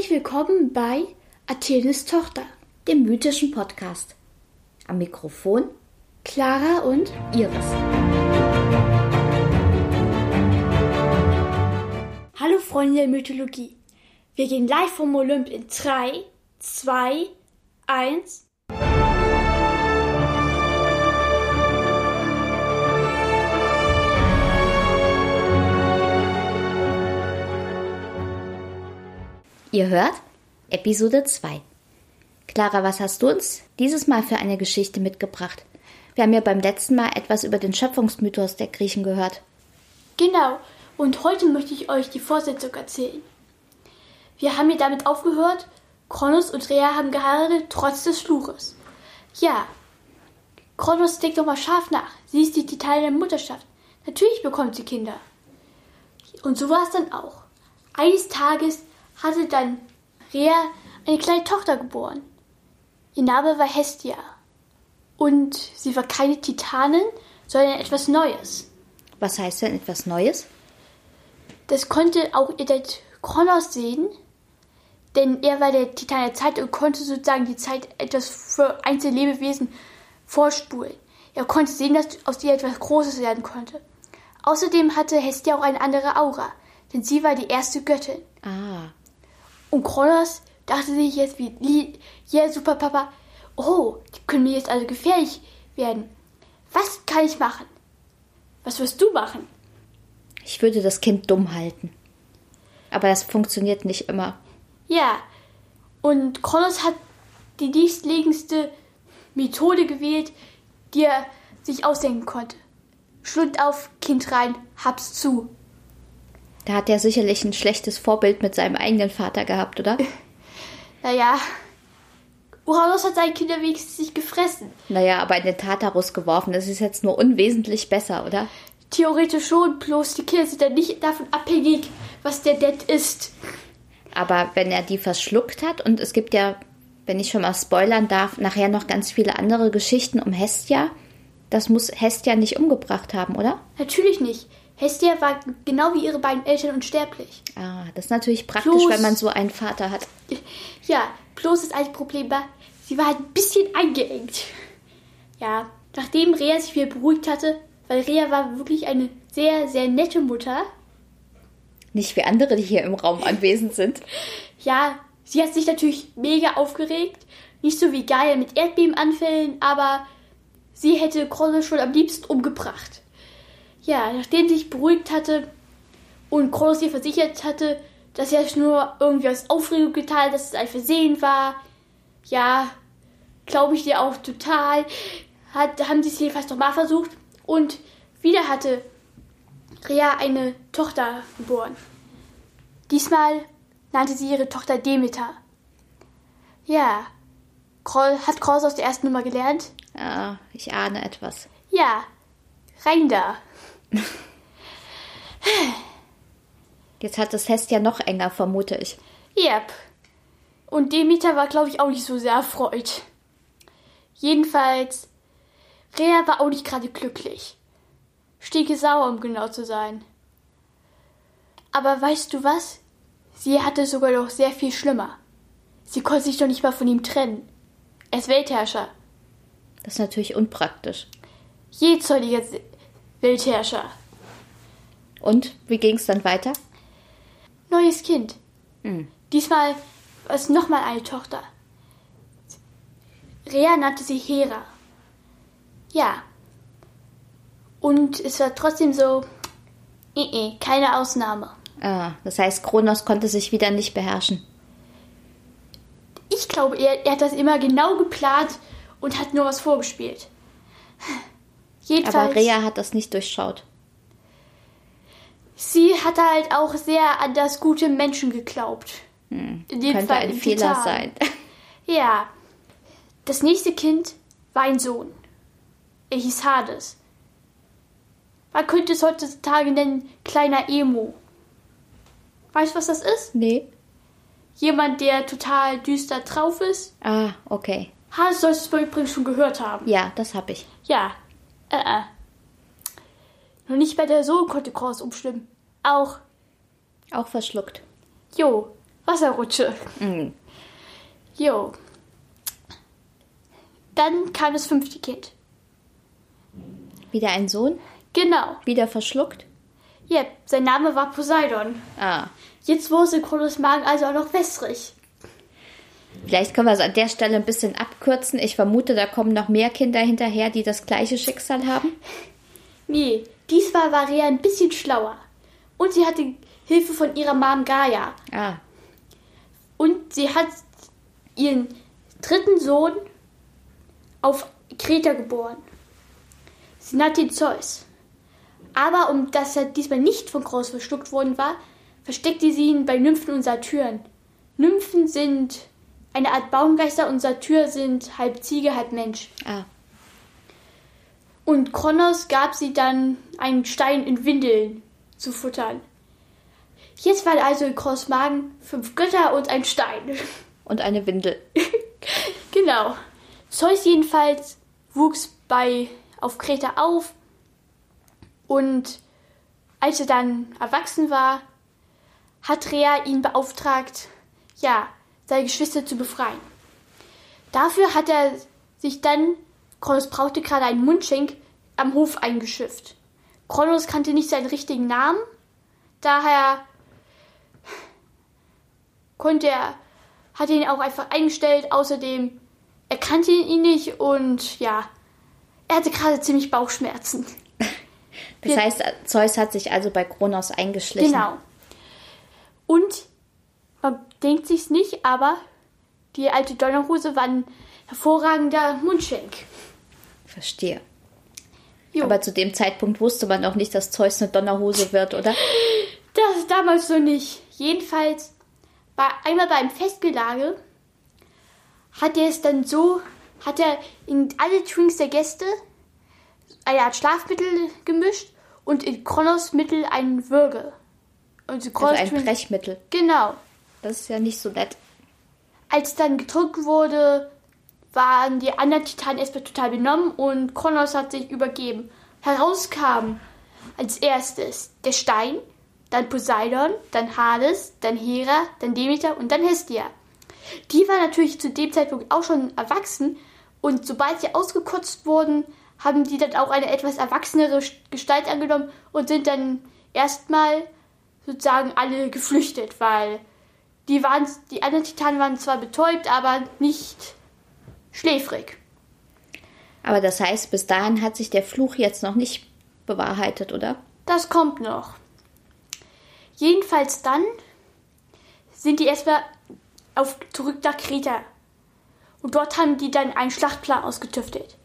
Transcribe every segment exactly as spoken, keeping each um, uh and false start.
Herzlich willkommen bei Athenes Tochter, dem mythischen Podcast. Am Mikrofon Clara und Iris. Hallo Freunde der Mythologie. Wir gehen live vom Olymp in drei, zwei, eins. Ihr hört Episode zwei. Clara, was hast du uns dieses Mal für eine Geschichte mitgebracht? Wir haben ja beim letzten Mal etwas über den Schöpfungsmythos der Griechen gehört. Genau, und heute möchte ich euch die Fortsetzung erzählen. Wir haben hier damit aufgehört, Kronos und Rhea haben geheiratet, trotz des Fluches. Ja, Kronos denkt doch mal scharf nach. Sie ist die Titan der Mutterschaft. Natürlich bekommt sie Kinder. Und so war es dann auch. Eines Tages hatte dann Rhea eine kleine Tochter geboren. Ihr Name war Hestia. Und sie war keine Titanin, sondern etwas Neues. Was heißt denn etwas Neues? Das konnte auch der Kronos sehen, denn er war der Titan der Zeit und konnte sozusagen die Zeit etwas für einzelne Lebewesen vorspulen. Er konnte sehen, dass aus ihr etwas Großes werden konnte. Außerdem hatte Hestia auch eine andere Aura, denn sie war die erste Göttin. Ah. Und Kronos dachte sich jetzt wie, ja, super Papa, oh, die können mir jetzt also gefährlich werden. Was kann ich machen? Was wirst du machen? Ich würde das Kind dumm halten. Aber das funktioniert nicht immer. Ja, und Kronos hat die nächstlegendste Methode gewählt, die er sich ausdenken konnte. Schlund auf, Kind rein, hab's zu. Da hat er sicherlich ein schlechtes Vorbild mit seinem eigenen Vater gehabt, oder? Naja, Uranus hat seine Kinder wenigstens nicht gefressen. Naja, aber in den Tartarus geworfen, das ist jetzt nur unwesentlich besser, oder? Theoretisch schon, bloß die Kinder sind dann nicht davon abhängig, was der Dad isst. Aber wenn er die verschluckt hat, und es gibt ja, wenn ich schon mal spoilern darf, nachher noch ganz viele andere Geschichten um Hestia, das muss Hestia nicht umgebracht haben, oder? Natürlich nicht. Hestia war genau wie ihre beiden Eltern unsterblich. Ah, das ist natürlich praktisch, bloß, wenn man so einen Vater hat. Ja, bloß das einzige Problem war, sie war halt ein bisschen eingeengt. Ja, nachdem Rhea sich wieder beruhigt hatte, weil Rhea war wirklich eine sehr, sehr nette Mutter. Nicht wie andere, die hier im Raum anwesend sind. Ja, sie hat sich natürlich mega aufgeregt. Nicht so wie Gaia mit Erdbebenanfällen, aber sie hätte Kronos schon am liebsten umgebracht. Ja, nachdem sie sich beruhigt hatte und Kronos ihr versichert hatte, dass er es nur irgendwie aus Aufregung getan hat, dass es ein Versehen war, ja, glaube ich dir auch total, hat, haben sie es jedenfalls nochmal versucht und wieder hatte Rhea eine Tochter geboren. Diesmal nannte sie ihre Tochter Demeter. Ja, Kroll, hat Kronos aus der ersten Nummer gelernt? Ja, ich ahne etwas. Ja, rein da. Jetzt hat das Hestia noch enger, vermute ich. Yep. Und Demeter war, glaube ich, auch nicht so sehr erfreut. Jedenfalls, Rhea war auch nicht gerade glücklich. Stinkesauer, um genau zu sein. Aber weißt du was? Sie hatte sogar noch sehr viel schlimmer. Sie konnte sich doch nicht mal von ihm trennen. Er ist Weltherrscher. Das ist natürlich unpraktisch. Jezolliger Weltherrscher. Und, wie ging es dann weiter? Neues Kind. Hm. Diesmal war es nochmal eine Tochter. Rhea nannte sie Hera. Ja. Und es war trotzdem so, äh, äh, keine Ausnahme. Ah, das heißt, Kronos konnte sich wieder nicht beherrschen. Ich glaube, er, er hat das immer genau geplant und hat nur was vorgespielt. Jedenfalls, aber Rhea hat das nicht durchschaut. Sie hatte halt auch sehr an das gute Menschen geglaubt. Hm, In dem könnte Fall ein Fehler Titan. sein. Ja. Das nächste Kind war ein Sohn. Er hieß Hades. Man könnte es heutzutage nennen, kleiner Emo. Weißt du, was das ist? Nee. Jemand, der total düster drauf ist. Ah, okay. Hades solltest du übrigens schon gehört haben. Ja, das habe ich. Ja. Äh, äh. Noch nicht bei der Sohn konnte Kronos umstimmen. Auch. Auch verschluckt. Jo. Wasserrutsche. Mhm. Jo. Dann kam das fünfte Kind. Wieder ein Sohn? Genau. Wieder verschluckt? Ja, sein Name war Poseidon. Ah. Jetzt wurde Kronos Magen also auch noch wässrig. Vielleicht können wir es an der Stelle ein bisschen abkürzen. Ich vermute, da kommen noch mehr Kinder hinterher, die das gleiche Schicksal haben. Nee, diesmal war Rhea ein bisschen schlauer. Und sie hatte Hilfe von ihrer Mom Gaia. Ah. Und sie hat ihren dritten Sohn auf Kreta geboren. Sie nannte ihn Zeus. Aber um dass er diesmal nicht von Kronos verschluckt worden war, versteckte sie ihn bei Nymphen und Satyren. Nymphen sind eine Art Baumgeister und Satyr sind halb Ziege, halb Mensch. Ah. Und Kronos gab sie dann einen Stein in Windeln zu futtern. Jetzt waren also in Kronos Magen fünf Götter und ein Stein. Und eine Windel. Genau. Zeus jedenfalls wuchs bei, auf Kreta auf und als er dann erwachsen war, hat Rhea ihn beauftragt, ja, seine Geschwister zu befreien. Dafür hat er sich dann, Kronos brauchte gerade einen Mundschenk, am Hof eingeschifft. Kronos kannte nicht seinen richtigen Namen, daher konnte er, hat ihn auch einfach eingestellt, außerdem, er kannte ihn nicht und ja, er hatte gerade ziemlich Bauchschmerzen. Das Wir, heißt, Zeus hat sich also bei Kronos eingeschlichen. Genau. Und man denkt sich's nicht, aber die alte Donnerhose war ein hervorragender Mundschenk. Verstehe. Jo. Aber zu dem Zeitpunkt wusste man noch nicht, dass Zeus eine Donnerhose wird, oder? Das damals so nicht. Jedenfalls, bei, einmal beim Festgelage hat er es dann so, hat er in alle Drinks der Gäste eine Art Schlafmittel gemischt und in Kronos Mittel einen Würge. Und Also ein Drink, Brechmittel. Genau. Das ist ja nicht so nett. Als dann getrunken wurde, waren die anderen Titanen erstmal total benommen und Kronos hat sich übergeben. Herauskam als erstes der Stein, dann Poseidon, dann Hades, dann Hera, dann Demeter und dann Hestia. Die waren natürlich zu dem Zeitpunkt auch schon erwachsen und sobald sie ausgekotzt wurden, haben die dann auch eine etwas erwachsenere Gestalt angenommen und sind dann erstmal sozusagen alle geflüchtet, weil die waren, die anderen Titanen waren zwar betäubt, aber nicht schläfrig. Aber das heißt, bis dahin hat sich der Fluch jetzt noch nicht bewahrheitet, oder? Das kommt noch. Jedenfalls dann sind die erstmal auf, zurück nach Kreta. Und dort haben die dann einen Schlachtplan ausgetüftelt.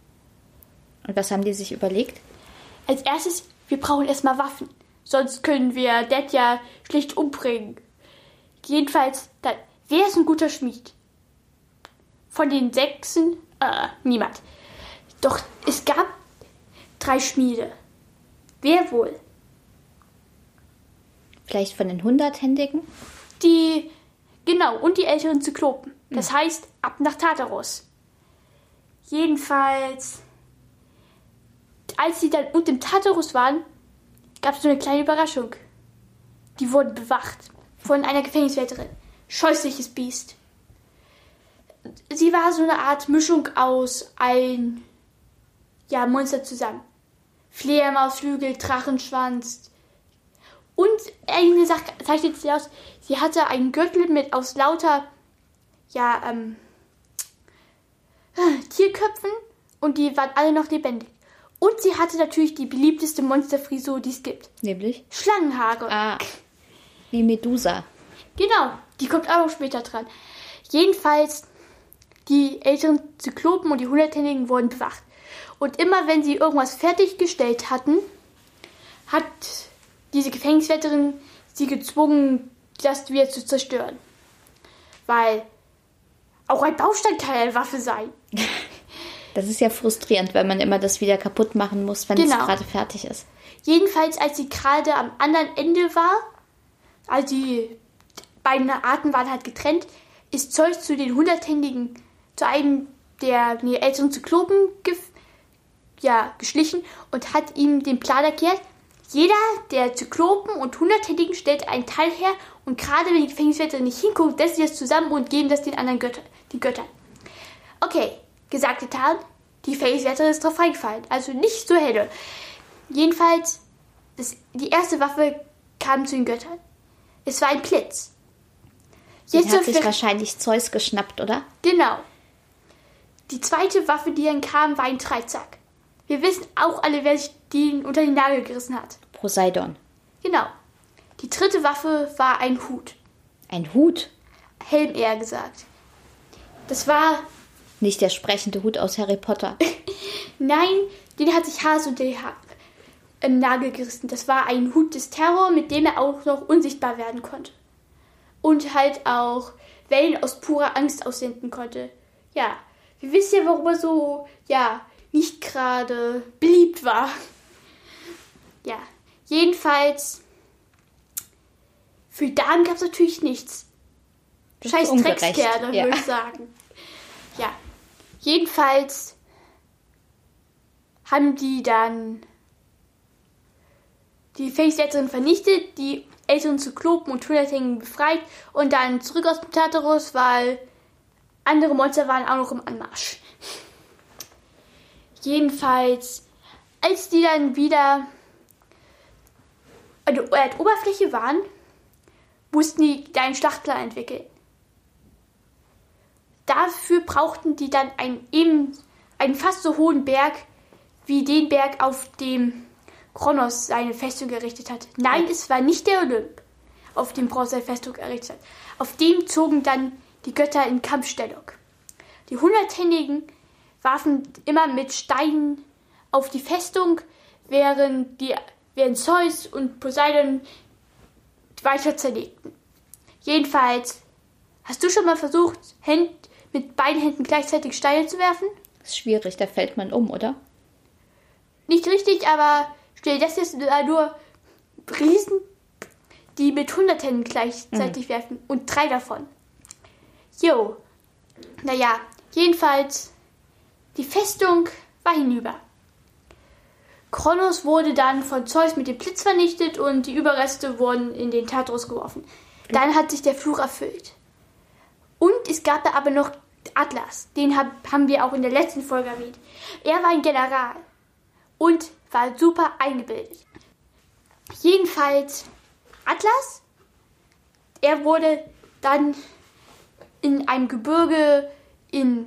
Und was haben die sich überlegt? Als erstes, wir brauchen erstmal Waffen. Sonst können wir Dad ja schlicht umbringen. Jedenfalls, dann, wer ist ein guter Schmied? Von den Sechsen? Äh, niemand. Doch es gab drei Schmiede. Wer wohl? Vielleicht von den Hunderthändigen? Die, genau, und die älteren Zyklopen. Das hm. heißt, ab nach Tartaros. Jedenfalls, als sie dann unten im Tartarus waren, gab es so eine kleine Überraschung. Die wurden bewacht von einer Gefängniswärterin. Scheußliches Biest. Sie war so eine Art Mischung aus allen, ja, Monster zusammen. Fledermausflügel, Drachenschwanz. Und eine Sache zeichnet sie aus, sie hatte einen Gürtel mit aus lauter, ja, ähm, Tierköpfen und die waren alle noch lebendig. Und sie hatte natürlich die beliebteste Monsterfrisur, die es gibt. Nämlich? Schlangenhaare. Ah, wie Medusa. Genau, die kommt auch noch später dran. Jedenfalls, die älteren Zyklopen und die Hunderthändigen wurden bewacht. Und immer wenn sie irgendwas fertiggestellt hatten, hat diese Gefängniswärterin sie gezwungen, das wieder zu zerstören. Weil auch ein Baustein kann eine Waffe sein. Das ist ja frustrierend, weil man immer das wieder kaputt machen muss, wenn genau. es gerade fertig ist. Jedenfalls, als sie gerade am anderen Ende war, also die beiden Arten waren halt getrennt, ist Zeus zu den Hunderthändigen, zu einem der nee, älteren Zyklopen ge- ja, geschlichen und hat ihm den Plan erklärt. Jeder der Zyklopen und Hunderthändigen stellt einen Teil her Und gerade wenn die Gefängniswärter nicht hinguckt, lässt sie das zusammen und geben das den anderen Göttern, die Göttern. Okay, gesagt, getan. Die Gefängniswärterin ist drauf reingefallen. Also nicht so helle. Jedenfalls, das, die erste Waffe kam zu den Göttern. Es war ein Blitz. Jetzt hat sich wahrscheinlich Zeus geschnappt, oder? Genau. Die zweite Waffe, die dann kam, war ein Dreizack. Wir wissen auch alle, wer sich den unter den Nagel gerissen hat. Poseidon. Genau. Die dritte Waffe war ein Hut. Ein Hut? Helm eher gesagt. Das war... Nicht der sprechende Hut aus Harry Potter. Nein, den hat sich Hase unter den ha- äh, Nagel gerissen. Das war ein Hut des Terror, mit dem er auch noch unsichtbar werden konnte. Und halt auch Wellen aus purer Angst aussenden konnte. Ja, wir wissen ja, warum er so, ja, nicht gerade beliebt war. Ja, jedenfalls, für Damen gab es natürlich nichts. Scheiß Dreckskerle, ja. Würde ich sagen. Ja, jedenfalls haben die dann die Gefängniswärterin vernichtet, die älteren Zyklopen und Hunderthängen befreit und dann zurück aus dem Tartarus, weil andere Monster waren auch noch im Anmarsch. Jedenfalls, als die dann wieder an der Erdoberfläche waren, mussten die einen Schlachtplan entwickeln. Dafür brauchten die dann einen, eben, einen fast so hohen Berg, wie den Berg, auf dem Kronos seine Festung errichtet hat. Nein, es war nicht der Olymp, auf dem Kronos seine Festung errichtet hat. Auf dem zogen dann die Götter in Kampfstellung. Die Hunderthändigen warfen immer mit Steinen auf die Festung, während, die, während Zeus und Poseidon weiter zerlegten. Jedenfalls, hast du schon mal versucht, Händ, mit beiden Händen gleichzeitig Steine zu werfen? Das ist schwierig, da fällt man um, oder? Nicht richtig, aber stell dir das jetzt nur Riesen, die mit hundert Händen gleichzeitig mhm. werfen und drei davon. Jo, naja, jedenfalls, die Festung war hinüber. Kronos wurde dann von Zeus mit dem Blitz vernichtet und die Überreste wurden in den Tartarus geworfen. Dann hat sich der Fluch erfüllt. Und es gab da aber noch Atlas, den hab, haben wir auch in der letzten Folge erwähnt. Er war ein General und war super eingebildet. Jedenfalls, Atlas, er wurde dann in einem Gebirge in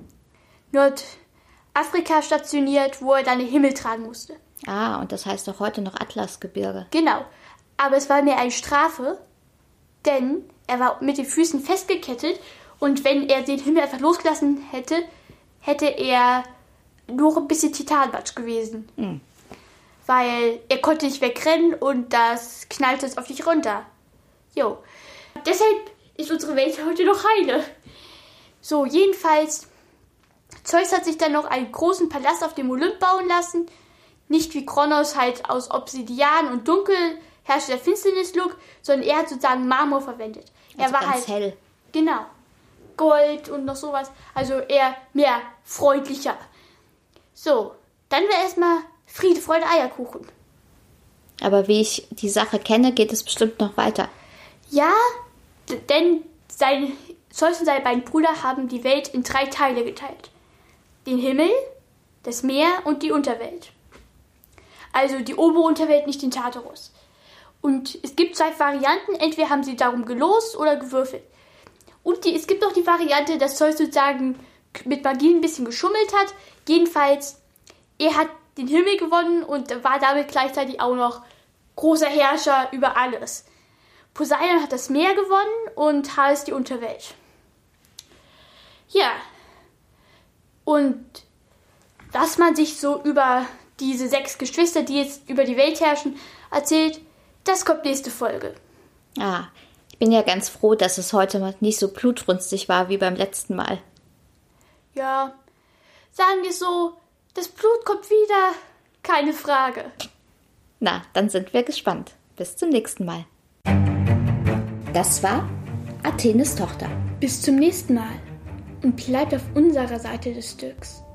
Nordafrika stationiert, wo er dann den Himmel tragen musste. Ah, und das heißt doch heute noch Atlasgebirge. Genau, aber es war mehr eine Strafe, denn er war mit den Füßen festgekettet und wenn er den Himmel einfach losgelassen hätte, hätte er nur ein bisschen Titanmatsch gewesen. Mhm. Weil er konnte nicht wegrennen und das knallte es auf dich runter. Jo. Deshalb ist unsere Welt heute noch heile. So, jedenfalls, Zeus hat sich dann noch einen großen Palast auf dem Olymp bauen lassen. Nicht wie Kronos halt aus Obsidian und dunkel herrscht der Finsternis-Look, sondern er hat sozusagen Marmor verwendet. Er also war ganz halt hell. Genau. Gold und noch sowas. Also eher mehr freundlicher. So, dann wäre erstmal Friede, Freude, Eierkuchen. Aber wie ich die Sache kenne, geht es bestimmt noch weiter. Ja, d- denn sein, Zeus und seine beiden Brüder haben die Welt in drei Teile geteilt. Den Himmel, das Meer und die Unterwelt. Also die obere Unterwelt, nicht den Tartarus. Und es gibt zwei Varianten, entweder haben sie darum gelost oder gewürfelt. Und die, es gibt auch die Variante, dass Zeus sozusagen mit Magie ein bisschen geschummelt hat. Jedenfalls, er hat den Himmel gewonnen und war damit gleichzeitig auch noch großer Herrscher über alles. Poseidon hat das Meer gewonnen und Hades die Unterwelt. Ja. Und was man sich so über diese sechs Geschwister, die jetzt über die Welt herrschen, erzählt, das kommt nächste Folge. Ah, ich bin ja ganz froh, dass es heute nicht so blutrünstig war wie beim letzten Mal. Ja, sagen wir so, das Blut kommt wieder, keine Frage. Na, dann sind wir gespannt. Bis zum nächsten Mal. Das war Athenes Tochter. Bis zum nächsten Mal und bleibt auf unserer Seite des Stücks.